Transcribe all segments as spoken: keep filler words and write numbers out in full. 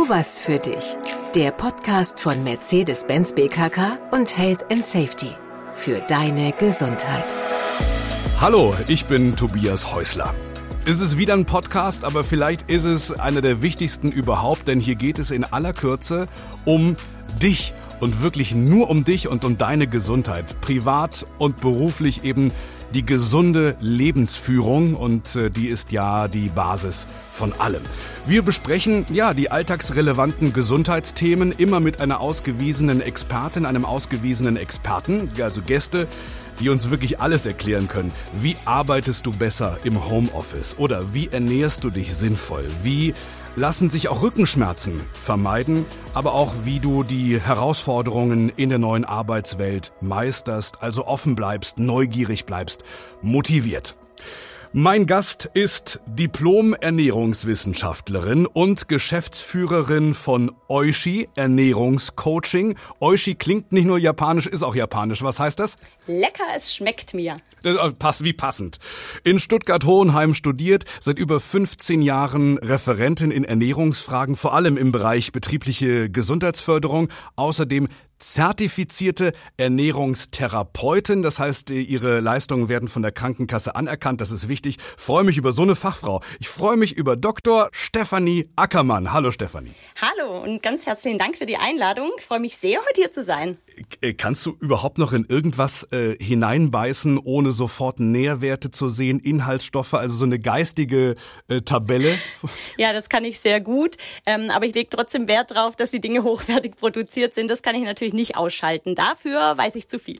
Tu was für dich. Der Podcast von Mercedes-Benz B K K und Health and Safety. Für deine Gesundheit. Hallo, ich bin Tobias Häusler. Es ist wieder ein Podcast, aber vielleicht ist es einer der wichtigsten überhaupt, denn hier geht es in aller Kürze um dich und wirklich nur um dich und um deine Gesundheit. Privat und beruflich eben die gesunde Lebensführung und äh, die ist ja die Basis von allem. Wir besprechen ja die alltagsrelevanten Gesundheitsthemen immer mit einer ausgewiesenen Expertin, einem ausgewiesenen Experten, also Gäste, die uns wirklich alles erklären können. Wie arbeitest du besser im Homeoffice oder wie ernährst du dich sinnvoll? Wie lassen sich auch Rückenschmerzen vermeiden, aber auch wie du die Herausforderungen in der neuen Arbeitswelt meisterst, also offen bleibst, neugierig bleibst, motiviert. Mein Gast ist Diplom-Ernährungswissenschaftlerin und Geschäftsführerin von Oishi Ernährungscoaching. Oishi klingt nicht nur japanisch, ist auch japanisch. Was heißt das? Lecker, es schmeckt mir. Das passt wie passend. In Stuttgart-Hohenheim studiert, seit über fünfzehn Jahren Referentin in Ernährungsfragen, vor allem im Bereich betriebliche Gesundheitsförderung. Außerdem zertifizierte Ernährungstherapeutin, das heißt, ihre Leistungen werden von der Krankenkasse anerkannt, das ist wichtig. Ich freue mich über so eine Fachfrau. Ich freue mich über Doktor Stefanie Ackermann. Hallo Stefanie. Hallo und ganz herzlichen Dank für die Einladung. Ich freue mich sehr, heute hier zu sein. Kannst du überhaupt noch in irgendwas äh, hineinbeißen, ohne sofort Nährwerte zu sehen, Inhaltsstoffe, also so eine geistige äh, Tabelle? Ja, das kann ich sehr gut, ähm, aber ich lege trotzdem Wert darauf, dass die Dinge hochwertig produziert sind. Das kann ich natürlich nicht ausschalten. Dafür weiß ich zu viel.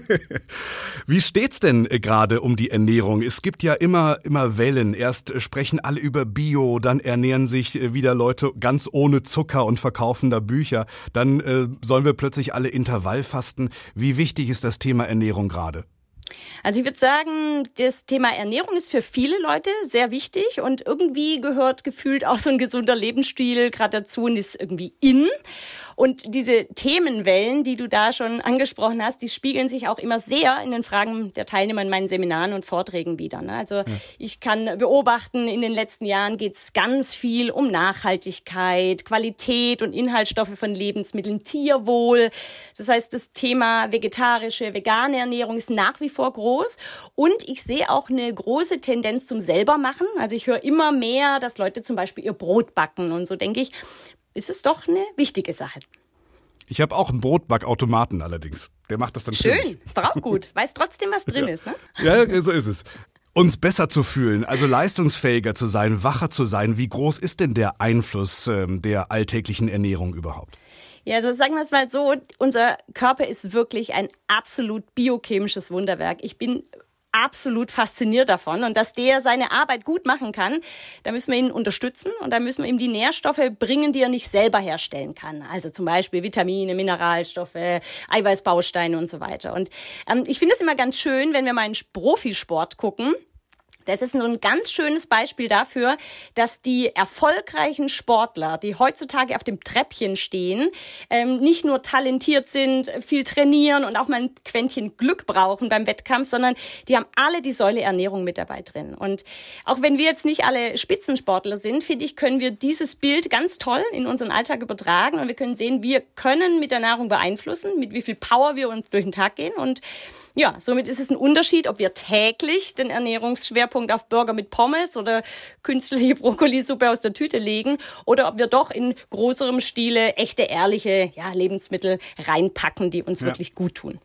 Wie steht's denn äh, gerade um die Ernährung? Es gibt ja immer immer Wellen. Erst äh, sprechen alle über Bio, dann ernähren sich äh, wieder Leute ganz ohne Zucker und verkaufen da Bücher. Dann äh, sollen wir plötzlich alle Intervallfasten. Wie wichtig ist das Thema Ernährung gerade? Also ich würde sagen, das Thema Ernährung ist für viele Leute sehr wichtig und irgendwie gehört gefühlt auch so ein gesunder Lebensstil gerade dazu und ist irgendwie in. Und diese Themenwellen, die du da schon angesprochen hast, die spiegeln sich auch immer sehr in den Fragen der Teilnehmer in meinen Seminaren und Vorträgen wider. Also ja. Ich kann beobachten, in den letzten Jahren geht es ganz viel um Nachhaltigkeit, Qualität und Inhaltsstoffe von Lebensmitteln, Tierwohl. Das heißt, das Thema vegetarische, vegane Ernährung ist nach wie vor groß. Und ich sehe auch eine große Tendenz zum Selbermachen. Also ich höre immer mehr, dass Leute zum Beispiel ihr Brot backen. Und so denke ich, ist es doch eine wichtige Sache. Ich habe auch einen Brotbackautomaten allerdings. Der macht das dann schön. Schön, ist doch auch gut. Weiß trotzdem, was drin ja. ist, ne? Ja, so ist es. Uns besser zu fühlen, also leistungsfähiger zu sein, wacher zu sein. Wie groß ist denn der Einfluss ähm, der alltäglichen Ernährung überhaupt? Ja, also sagen wir es mal so, unser Körper ist wirklich ein absolut biochemisches Wunderwerk. Ich bin absolut fasziniert davon und dass der seine Arbeit gut machen kann, da müssen wir ihn unterstützen und da müssen wir ihm die Nährstoffe bringen, die er nicht selber herstellen kann. Also zum Beispiel Vitamine, Mineralstoffe, Eiweißbausteine und so weiter. Und ähm, ich finde es immer ganz schön, wenn wir mal in Profisport gucken. Das ist ein ganz schönes Beispiel dafür, dass die erfolgreichen Sportler, die heutzutage auf dem Treppchen stehen, ähm, nicht nur talentiert sind, viel trainieren und auch mal ein Quäntchen Glück brauchen beim Wettkampf, sondern die haben alle die Säule Ernährung mit dabei drin. Und auch wenn wir jetzt nicht alle Spitzensportler sind, finde ich, können wir dieses Bild ganz toll in unseren Alltag übertragen und wir können sehen, wir können mit der Nahrung beeinflussen, mit wie viel Power wir uns durch den Tag gehen und ja, somit ist es ein Unterschied, ob wir täglich den Ernährungsschwerpunkt auf Burger mit Pommes oder künstliche Brokkolisuppe aus der Tüte legen oder ob wir doch in größerem Stile echte, ehrliche ja, Lebensmittel reinpacken, die uns ja. wirklich gut tun.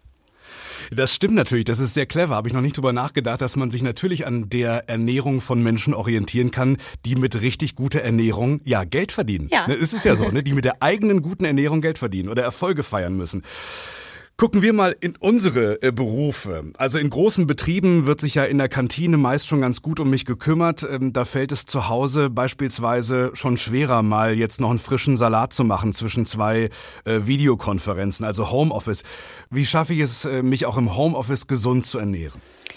Das stimmt natürlich, das ist sehr clever. Habe ich noch nicht drüber nachgedacht, dass man sich natürlich an der Ernährung von Menschen orientieren kann, die mit richtig guter Ernährung ja Geld verdienen. Ja. Es ist ja so, ne, die mit der eigenen guten Ernährung Geld verdienen oder Erfolge feiern müssen. Gucken wir mal in unsere äh, Berufe. Also in großen Betrieben wird sich ja in der Kantine meist schon ganz gut um mich gekümmert. Ähm, da fällt es zu Hause beispielsweise schon schwerer, mal jetzt noch einen frischen Salat zu machen zwischen zwei äh, Videokonferenzen, also Homeoffice. Wie schaffe ich es, äh, mich auch im Homeoffice gesund zu ernähren?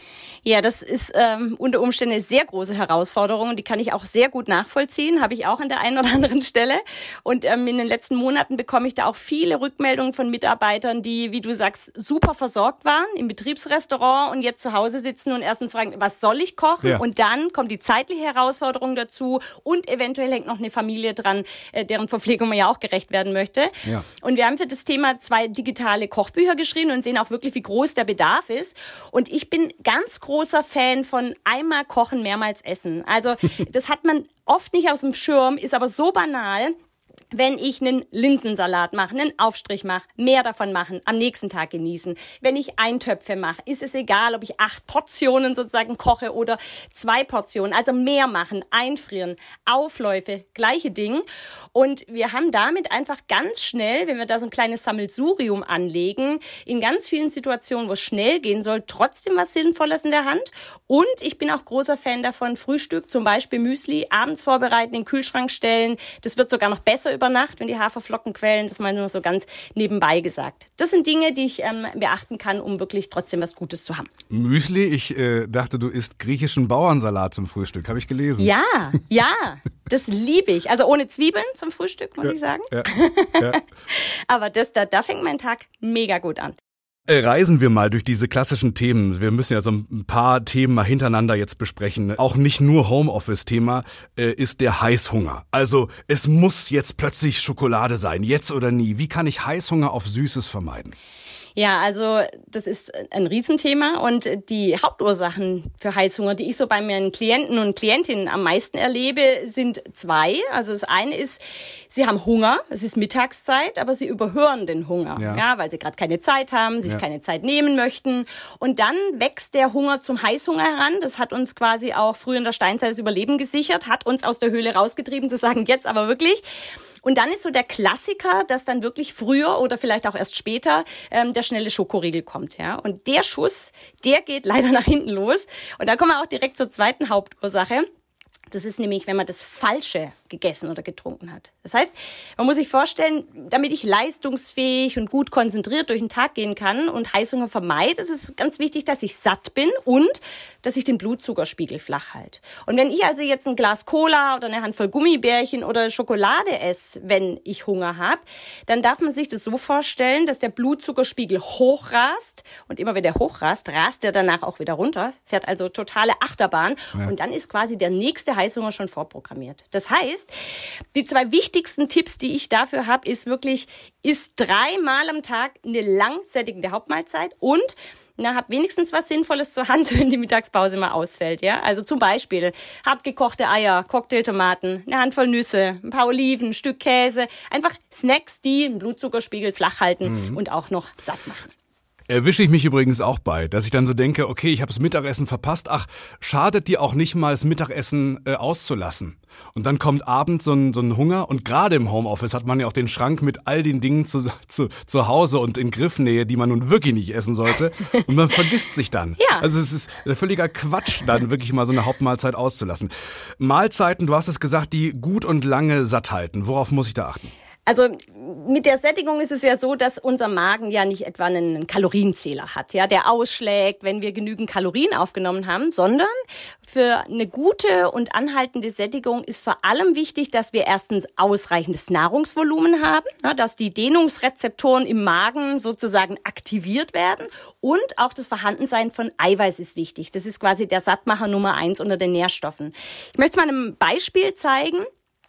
Ja, das ist ähm, unter Umständen eine sehr große Herausforderung und die kann ich auch sehr gut nachvollziehen, habe ich auch an der einen oder anderen Stelle. Und ähm, in den letzten Monaten bekomme ich da auch viele Rückmeldungen von Mitarbeitern, die, wie du sagst, super versorgt waren im Betriebsrestaurant und jetzt zu Hause sitzen und erstens fragen, was soll ich kochen? Ja. Und dann kommt die zeitliche Herausforderung dazu und eventuell hängt noch eine Familie dran, äh, deren Verpflegung man ja auch gerecht werden möchte. Ja. Und wir haben für das Thema zwei digitale Kochbücher geschrieben und sehen auch wirklich, wie groß der Bedarf ist. Und ich bin ganz groß großer Fan von einmal kochen, mehrmals essen. Also das hat man oft nicht aus dem Schirm, ist aber so banal. Wenn ich einen Linsensalat mache, einen Aufstrich mache, mehr davon machen, am nächsten Tag genießen. Wenn ich Eintöpfe mache, ist es egal, ob ich acht Portionen sozusagen koche oder zwei Portionen. Also mehr machen, einfrieren, Aufläufe, gleiche Ding. Und wir haben damit einfach ganz schnell, wenn wir da so ein kleines Sammelsurium anlegen, in ganz vielen Situationen, wo es schnell gehen soll, trotzdem was Sinnvolles in der Hand. Und ich bin auch großer Fan davon, Frühstück, zum Beispiel Müsli, abends vorbereiten, in den Kühlschrank stellen. Das wird sogar noch besser über Nacht, wenn die Haferflocken quellen, das mal nur so ganz nebenbei gesagt. Das sind Dinge, die ich ähm, beachten kann, um wirklich trotzdem was Gutes zu haben. Müsli, ich äh, dachte, du isst griechischen Bauernsalat zum Frühstück, habe ich gelesen. Ja, ja, das liebe ich. Also ohne Zwiebeln zum Frühstück, muss ja, ich sagen. Ja, ja. Aber das, da, da fängt mein Tag mega gut an. Reisen wir mal durch diese klassischen Themen. Wir müssen ja so ein paar Themen mal hintereinander jetzt besprechen. Auch nicht nur Homeoffice-Thema äh, ist der Heißhunger. Also es muss jetzt plötzlich Schokolade sein, jetzt oder nie. Wie kann ich Heißhunger auf Süßes vermeiden? Ja, also das ist ein Riesenthema und die Hauptursachen für Heißhunger, die ich so bei meinen Klienten und Klientinnen am meisten erlebe, sind zwei. Also das eine ist, sie haben Hunger, es ist Mittagszeit, aber sie überhören den Hunger, ja, ja weil sie gerade keine Zeit haben, sich ja. keine Zeit nehmen möchten. Und dann wächst der Hunger zum Heißhunger heran. Das hat uns quasi auch früher in der Steinzeit das Überleben gesichert, hat uns aus der Höhle rausgetrieben, zu sagen, jetzt aber wirklich. Und dann ist so der Klassiker, dass dann wirklich früher oder vielleicht auch erst später ähm, der schnelle Schokoriegel kommt. Ja? Und der Schuss, der geht leider nach hinten los. Und da kommen wir auch direkt zur zweiten Hauptursache. Das ist nämlich, wenn man das Falsche gegessen oder getrunken hat. Das heißt, man muss sich vorstellen, damit ich leistungsfähig und gut konzentriert durch den Tag gehen kann und Heißhunger vermeide, ist es ganz wichtig, dass ich satt bin und dass ich den Blutzuckerspiegel flach halte. Und wenn ich also jetzt ein Glas Cola oder eine Handvoll Gummibärchen oder Schokolade esse, wenn ich Hunger habe, dann darf man sich das so vorstellen, dass der Blutzuckerspiegel hochrast und immer wenn der hochrast, rast er danach auch wieder runter, fährt also totale Achterbahn ja. und dann ist quasi der nächste Heißhunger schon vorprogrammiert. Das heißt, die zwei wichtigsten Tipps, die ich dafür habe, ist wirklich, isst dreimal am Tag eine langsättigende Hauptmahlzeit und na, hab wenigstens was Sinnvolles zur Hand, wenn die Mittagspause mal ausfällt, ja. Also zum Beispiel hart gekochte Eier, Cocktailtomaten, eine Handvoll Nüsse, ein paar Oliven, ein Stück Käse. Einfach Snacks, die den Blutzuckerspiegel flach halten mhm. und auch noch satt machen. Erwische ich mich übrigens auch bei, dass ich dann so denke, okay, ich habe das Mittagessen verpasst, ach, schadet dir auch nicht mal das Mittagessen äh, auszulassen. Und dann kommt abends so ein, so ein Hunger und gerade im Homeoffice hat man ja auch den Schrank mit all den Dingen zu, zu, zu Hause und in Griffnähe, die man nun wirklich nicht essen sollte und man vergisst sich dann. Ja. Also es ist völliger Quatsch, dann wirklich mal so eine Hauptmahlzeit auszulassen. Mahlzeiten, du hast es gesagt, die gut und lange satt halten. Worauf muss ich da achten? Also mit der Sättigung ist es ja so, dass unser Magen ja nicht etwa einen Kalorienzähler hat, ja, der ausschlägt, wenn wir genügend Kalorien aufgenommen haben, sondern für eine gute und anhaltende Sättigung ist vor allem wichtig, dass wir erstens ausreichendes Nahrungsvolumen haben, ja, dass die Dehnungsrezeptoren im Magen sozusagen aktiviert werden und auch das Vorhandensein von Eiweiß ist wichtig. Das ist quasi der Sattmacher Nummer eins unter den Nährstoffen. Ich möchte es mal einem Beispiel zeigen.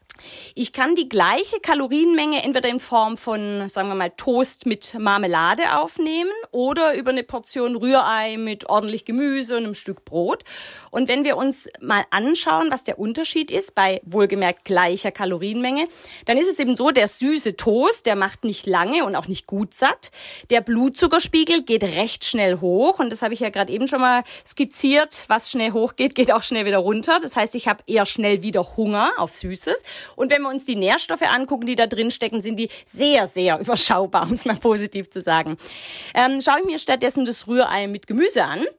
Ich kann die gleiche Kalorienmenge entweder in Form von, sagen wir mal, Toast mit Marmelade aufnehmen oder über eine Portion Rührei mit ordentlich Gemüse und einem Stück Brot. Und wenn wir uns mal anschauen, was der Unterschied ist bei wohlgemerkt gleicher Kalorienmenge, dann ist es eben so, der süße Toast, der macht nicht lange und auch nicht gut satt. Der Blutzuckerspiegel geht recht schnell hoch und das habe ich ja gerade eben schon mal skizziert. Was schnell hochgeht, geht auch schnell wieder runter. Das heißt, ich habe eher schnell wieder Hunger auf Süßes. Und wenn wir uns die Nährstoffe angucken, die da drin stecken, sind die sehr, sehr überschaubar, um es mal positiv zu sagen. Ähm, schaue ich mir stattdessen das Rührei mit Gemüse an,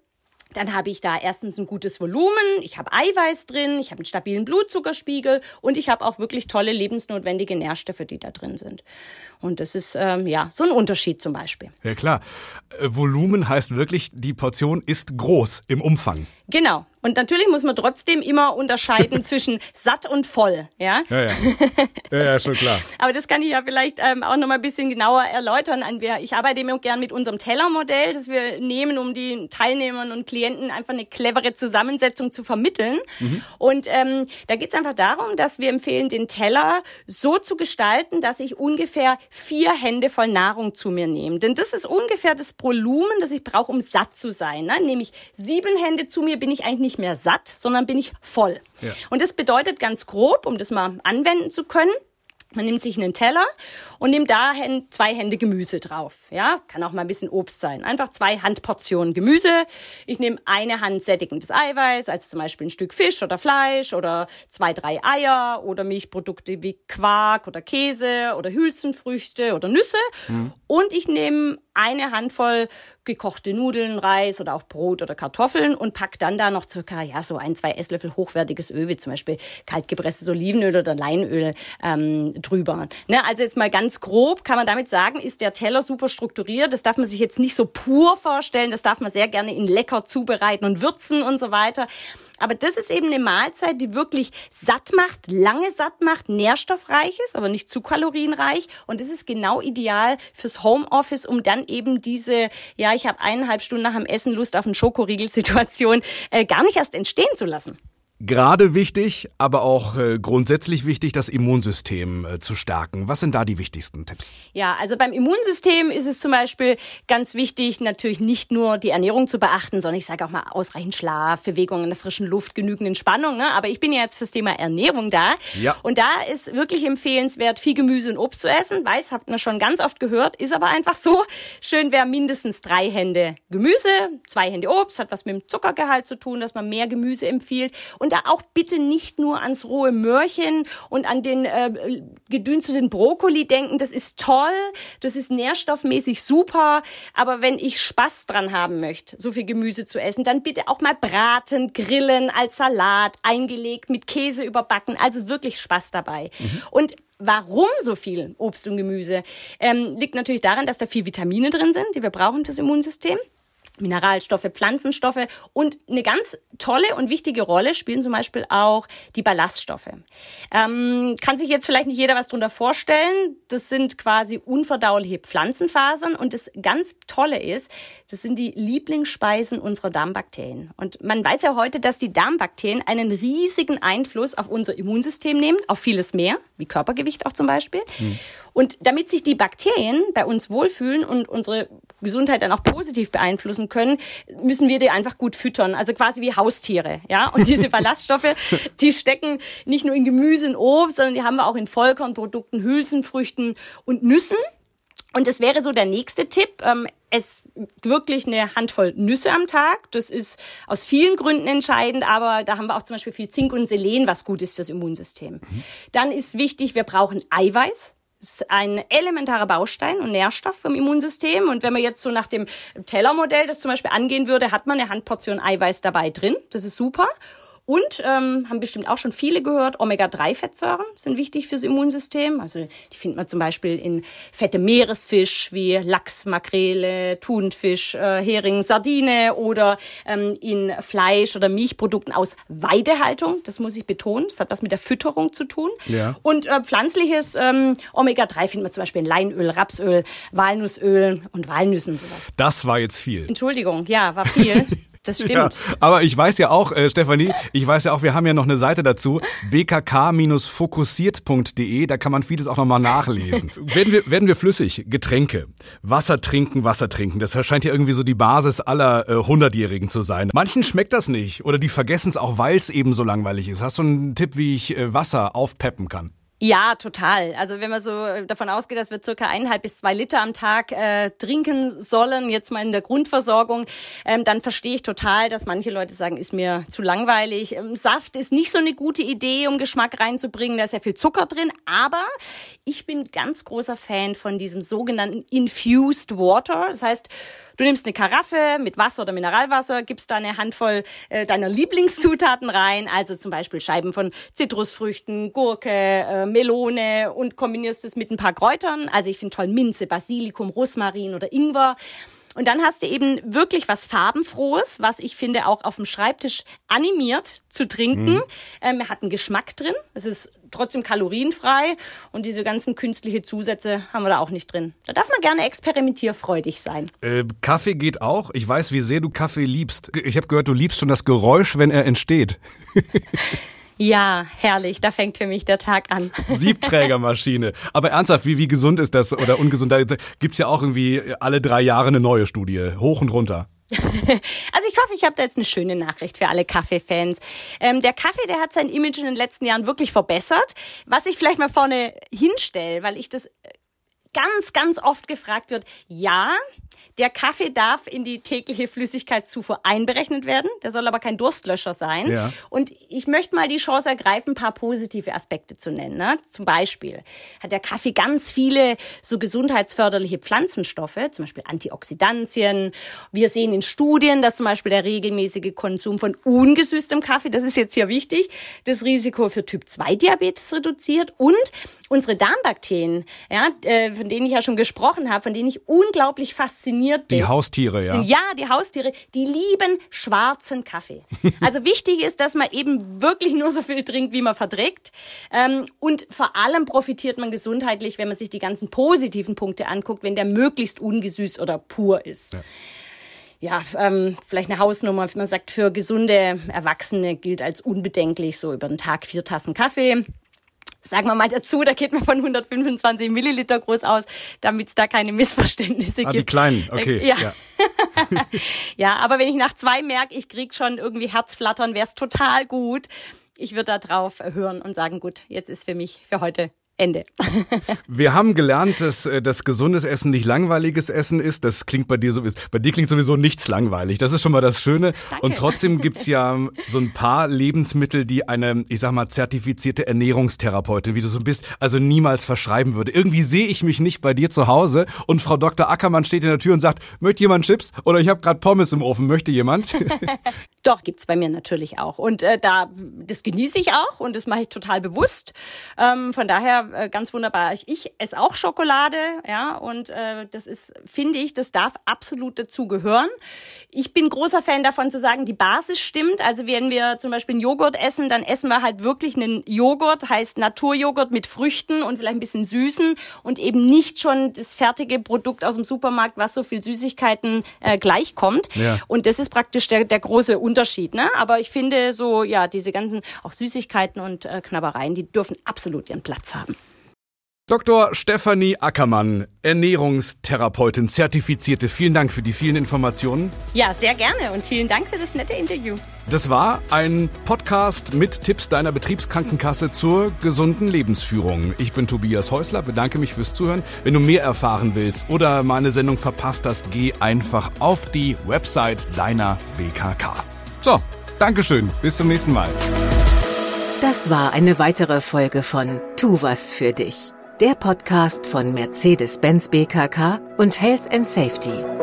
Dann habe ich da erstens ein gutes Volumen, ich habe Eiweiß drin, ich habe einen stabilen Blutzuckerspiegel und ich habe auch wirklich tolle lebensnotwendige Nährstoffe, die da drin sind. Und das ist ähm, ja so ein Unterschied zum Beispiel. Ja klar, äh, Volumen heißt wirklich, die Portion ist groß im Umfang. Genau. Und natürlich muss man trotzdem immer unterscheiden zwischen satt und voll, ja? Ja, ja. Ja, ja, schon klar. Aber das kann ich ja vielleicht ähm, auch noch mal ein bisschen genauer erläutern. Ich arbeite immer gern mit unserem Tellermodell, das wir nehmen, um den Teilnehmern und Klienten einfach eine clevere Zusammensetzung zu vermitteln. Mhm. Und ähm, da geht es einfach darum, dass wir empfehlen, den Teller so zu gestalten, dass ich ungefähr vier Hände voll Nahrung zu mir nehme. Denn das ist ungefähr das Volumen, das ich brauche, um satt zu sein. Ne? Nehme ich sieben Hände zu mir, bin ich eigentlich nicht mehr satt, sondern bin ich voll. Ja. Und das bedeutet ganz grob, um das mal anwenden zu können, man nimmt sich einen Teller und nimmt da zwei Hände Gemüse drauf. Ja, kann auch mal ein bisschen Obst sein. Einfach zwei Handportionen Gemüse. Ich nehme eine Hand sättigendes Eiweiß, also zum Beispiel ein Stück Fisch oder Fleisch oder zwei, drei Eier oder Milchprodukte wie Quark oder Käse oder Hülsenfrüchte oder Nüsse. Mhm. Und ich nehme eine Handvoll gekochte Nudeln, Reis oder auch Brot oder Kartoffeln und pack dann da noch circa ja so ein, zwei Esslöffel hochwertiges Öl, wie zum Beispiel kaltgepresstes Olivenöl oder Leinöl ähm, drüber. Ne, also jetzt mal ganz grob kann man damit sagen, ist der Teller super strukturiert. Das darf man sich jetzt nicht so pur vorstellen. Das darf man sehr gerne in lecker zubereiten und würzen und so weiter. Aber das ist eben eine Mahlzeit, die wirklich satt macht, lange satt macht, nährstoffreich ist, aber nicht zu kalorienreich. Und das ist genau ideal fürs Homeoffice, um dann eben diese, ja, ich habe eineinhalb Stunden nach dem Essen Lust auf eine Schokoriegel-Situation äh, gar nicht erst entstehen zu lassen. Gerade wichtig, aber auch äh, grundsätzlich wichtig, das Immunsystem äh, zu stärken. Was sind da die wichtigsten Tipps? Ja, also beim Immunsystem ist es zum Beispiel ganz wichtig, natürlich nicht nur die Ernährung zu beachten, sondern ich sage auch mal ausreichend Schlaf, Bewegung in der frischen Luft, genügend Entspannung. Ne? Aber ich bin ja jetzt fürs Thema Ernährung da. Ja. Und da ist wirklich empfehlenswert, viel Gemüse und Obst zu essen. Weiß, habt ihr schon ganz oft gehört, ist aber einfach so. Schön wäre mindestens drei Hände Gemüse, zwei Hände Obst, hat was mit dem Zuckergehalt zu tun, dass man mehr Gemüse empfiehlt. Und Und da auch bitte nicht nur ans rohe Möhrchen und an den äh, gedünsteten Brokkoli denken. Das ist toll, das ist nährstoffmäßig super. Aber wenn ich Spaß dran haben möchte, so viel Gemüse zu essen, dann bitte auch mal braten, grillen, als Salat, eingelegt, mit Käse überbacken. Also wirklich Spaß dabei. Mhm. Und warum so viel Obst und Gemüse? Ähm, liegt natürlich daran, dass da viel Vitamine drin sind, die wir brauchen fürs Immunsystem. Mineralstoffe, Pflanzenstoffe und eine ganz tolle und wichtige Rolle spielen zum Beispiel auch die Ballaststoffe. Ähm, kann sich jetzt vielleicht nicht jeder was drunter vorstellen. Das sind quasi unverdauliche Pflanzenfasern und das ganz Tolle ist, das sind die Lieblingsspeisen unserer Darmbakterien. Und man weiß ja heute, dass die Darmbakterien einen riesigen Einfluss auf unser Immunsystem nehmen, auf vieles mehr, wie Körpergewicht auch zum Beispiel. Hm. Und damit sich die Bakterien bei uns wohlfühlen und unsere Gesundheit dann auch positiv beeinflussen können, müssen wir die einfach gut füttern. Also quasi wie Haustiere, ja. Und diese Ballaststoffe, die stecken nicht nur in Gemüse und Obst, sondern die haben wir auch in Vollkornprodukten, Hülsenfrüchten und Nüssen. Und das wäre so der nächste Tipp. Ähm, es wirklich eine Handvoll Nüsse am Tag. Das ist aus vielen Gründen entscheidend, aber da haben wir auch zum Beispiel viel Zink und Selen, was gut ist fürs Immunsystem. Mhm. Dann ist wichtig, wir brauchen Eiweiß. Das ist ein elementarer Baustein und Nährstoff vom Immunsystem. Und wenn man jetzt so nach dem Tellermodell das zum Beispiel angehen würde, hat man eine Handportion Eiweiß dabei drin. Das ist super. Und ähm, haben bestimmt auch schon viele gehört, Omega drei Fettsäuren sind wichtig fürs Immunsystem. Also die findet man zum Beispiel in fette Meeresfisch wie Lachs, Makrele, Thunfisch, äh, Hering, Sardine oder ähm, in Fleisch- oder Milchprodukten aus Weidehaltung. Das muss ich betonen. Das hat was mit der Fütterung zu tun. Ja. Und äh, pflanzliches ähm, Omega drei findet man zum Beispiel in Leinöl, Rapsöl, Walnussöl und Walnüssen sowas. Das war jetzt viel. Entschuldigung, ja, war viel. Das stimmt. Ja, aber ich weiß ja auch, äh, Stefanie, ich weiß ja auch, wir haben ja noch eine Seite dazu, b k k Bindestrich fokussiert Punkt d e, da kann man vieles auch nochmal nachlesen. werden, wir, werden wir flüssig, Getränke, Wasser trinken, Wasser trinken, das scheint ja irgendwie so die Basis aller äh, Hundertjährigen zu sein. Manchen schmeckt das nicht oder die vergessen es auch, weil es eben so langweilig ist. Hast du einen Tipp, wie ich äh, Wasser aufpeppen kann? Ja, total. Also wenn man so davon ausgeht, dass wir circa eineinhalb bis zwei Liter am Tag äh, trinken sollen, jetzt mal in der Grundversorgung, ähm, dann verstehe ich total, dass manche Leute sagen, ist mir zu langweilig. Ähm, Saft ist nicht so eine gute Idee, um Geschmack reinzubringen. Da ist ja viel Zucker drin. Aber ich bin ganz großer Fan von diesem sogenannten Infused Water. Das heißt, Du nimmst eine Karaffe mit Wasser oder Mineralwasser, gibst da eine Handvoll äh, deiner Lieblingszutaten rein, also zum Beispiel Scheiben von Zitrusfrüchten, Gurke, äh, Melone und kombinierst es mit ein paar Kräutern. Also ich finde toll Minze, Basilikum, Rosmarin oder Ingwer. Und dann hast du eben wirklich was Farbenfrohes, was ich finde auch auf dem Schreibtisch animiert zu trinken. Mhm. Ähm, hat einen Geschmack drin. Es ist trotzdem kalorienfrei und diese ganzen künstlichen Zusätze haben wir da auch nicht drin. Da darf man gerne experimentierfreudig sein. Äh, Kaffee geht auch. Ich weiß, wie sehr du Kaffee liebst. Ich habe gehört, du liebst schon das Geräusch, wenn er entsteht. Ja, herrlich, da fängt für mich der Tag an. Siebträgermaschine. Aber ernsthaft, wie, wie gesund ist das oder ungesund? Da gibt's ja auch irgendwie alle drei Jahre eine neue Studie, hoch und runter. Also ich hoffe, ich habe da jetzt eine schöne Nachricht für alle Kaffeefans. Ähm, der Kaffee, der hat sein Image in den letzten Jahren wirklich verbessert. Was ich vielleicht mal vorne hinstelle, weil ich das ganz, ganz oft gefragt wird, ja, der Kaffee darf in die tägliche Flüssigkeitszufuhr einberechnet werden. Der soll aber kein Durstlöscher sein. Ja. Und ich möchte mal die Chance ergreifen, ein paar positive Aspekte zu nennen. Ne? Zum Beispiel hat der Kaffee ganz viele so gesundheitsförderliche Pflanzenstoffe, zum Beispiel Antioxidantien. Wir sehen in Studien, dass zum Beispiel der regelmäßige Konsum von ungesüßtem Kaffee, das ist jetzt hier wichtig, das Risiko für Typ zwei Diabetes reduziert. Und unsere Darmbakterien, ja, von denen ich ja schon gesprochen habe, von denen ich unglaublich fasziniert Die Haustiere, ja. Ja, die Haustiere, die lieben schwarzen Kaffee. Also wichtig ist, dass man eben wirklich nur so viel trinkt, wie man verträgt. Und vor allem profitiert man gesundheitlich, wenn man sich die ganzen positiven Punkte anguckt, wenn der möglichst ungesüßt oder pur ist. Ja. Ja, ähm, vielleicht eine Hausnummer, man sagt, für gesunde Erwachsene gilt als unbedenklich so über den Tag vier Tassen Kaffee. Sagen wir mal dazu, da geht man von hundertfünfundzwanzig Milliliter groß aus, damit es da keine Missverständnisse ah, gibt. Die kleinen, okay. Ja. Ja. Ja, aber wenn ich nach zwei merke, ich krieg schon irgendwie Herzflattern, wäre es total gut. Ich würde da drauf hören und sagen, gut, jetzt ist für mich für heute Ende. Wir haben gelernt, dass, dass gesundes Essen nicht langweiliges Essen ist. Das klingt bei dir so, bei dir klingt sowieso nichts langweilig. Das ist schon mal das Schöne. Danke. Und trotzdem gibt's ja so ein paar Lebensmittel, die eine, ich sag mal, zertifizierte Ernährungstherapeutin, wie du so bist, also niemals verschreiben würde. Irgendwie sehe ich mich nicht bei dir zu Hause und Frau Doktor Ackermann steht in der Tür und sagt, möchte jemand Chips? Oder ich habe gerade Pommes im Ofen, möchte jemand? Doch, gibt's bei mir natürlich auch. Und äh, da, das genieße ich auch und das mache ich total bewusst. Ähm, von daher äh, ganz wunderbar. Ich, ich esse auch Schokolade, ja, und äh, das ist, finde ich, das darf absolut dazu gehören. Ich bin großer Fan davon zu sagen, die Basis stimmt. Also wenn wir zum Beispiel einen Joghurt essen, dann essen wir halt wirklich einen Joghurt, heißt Naturjoghurt mit Früchten und vielleicht ein bisschen Süßen und eben nicht schon das fertige Produkt aus dem Supermarkt, was so viel Süßigkeiten äh, gleichkommt. Ja. Und das ist praktisch der, der große Unterschied, ne? Aber ich finde so, ja, diese ganzen auch Süßigkeiten und äh, Knabbereien, die dürfen absolut ihren Platz haben. Doktor Stefanie Ackermann, Ernährungstherapeutin, Zertifizierte. Vielen Dank für die vielen Informationen. Ja, sehr gerne und vielen Dank für das nette Interview. Das war ein Podcast mit Tipps deiner Betriebskrankenkasse zur gesunden Lebensführung. Ich bin Tobias Häusler, bedanke mich fürs Zuhören. Wenn du mehr erfahren willst oder meine Sendung verpasst hast, geh einfach auf die Website deiner B K K. So, Dankeschön, bis zum nächsten Mal. Das war eine weitere Folge von Tu was für dich. Der Podcast von Mercedes-Benz B K K und Health and Safety.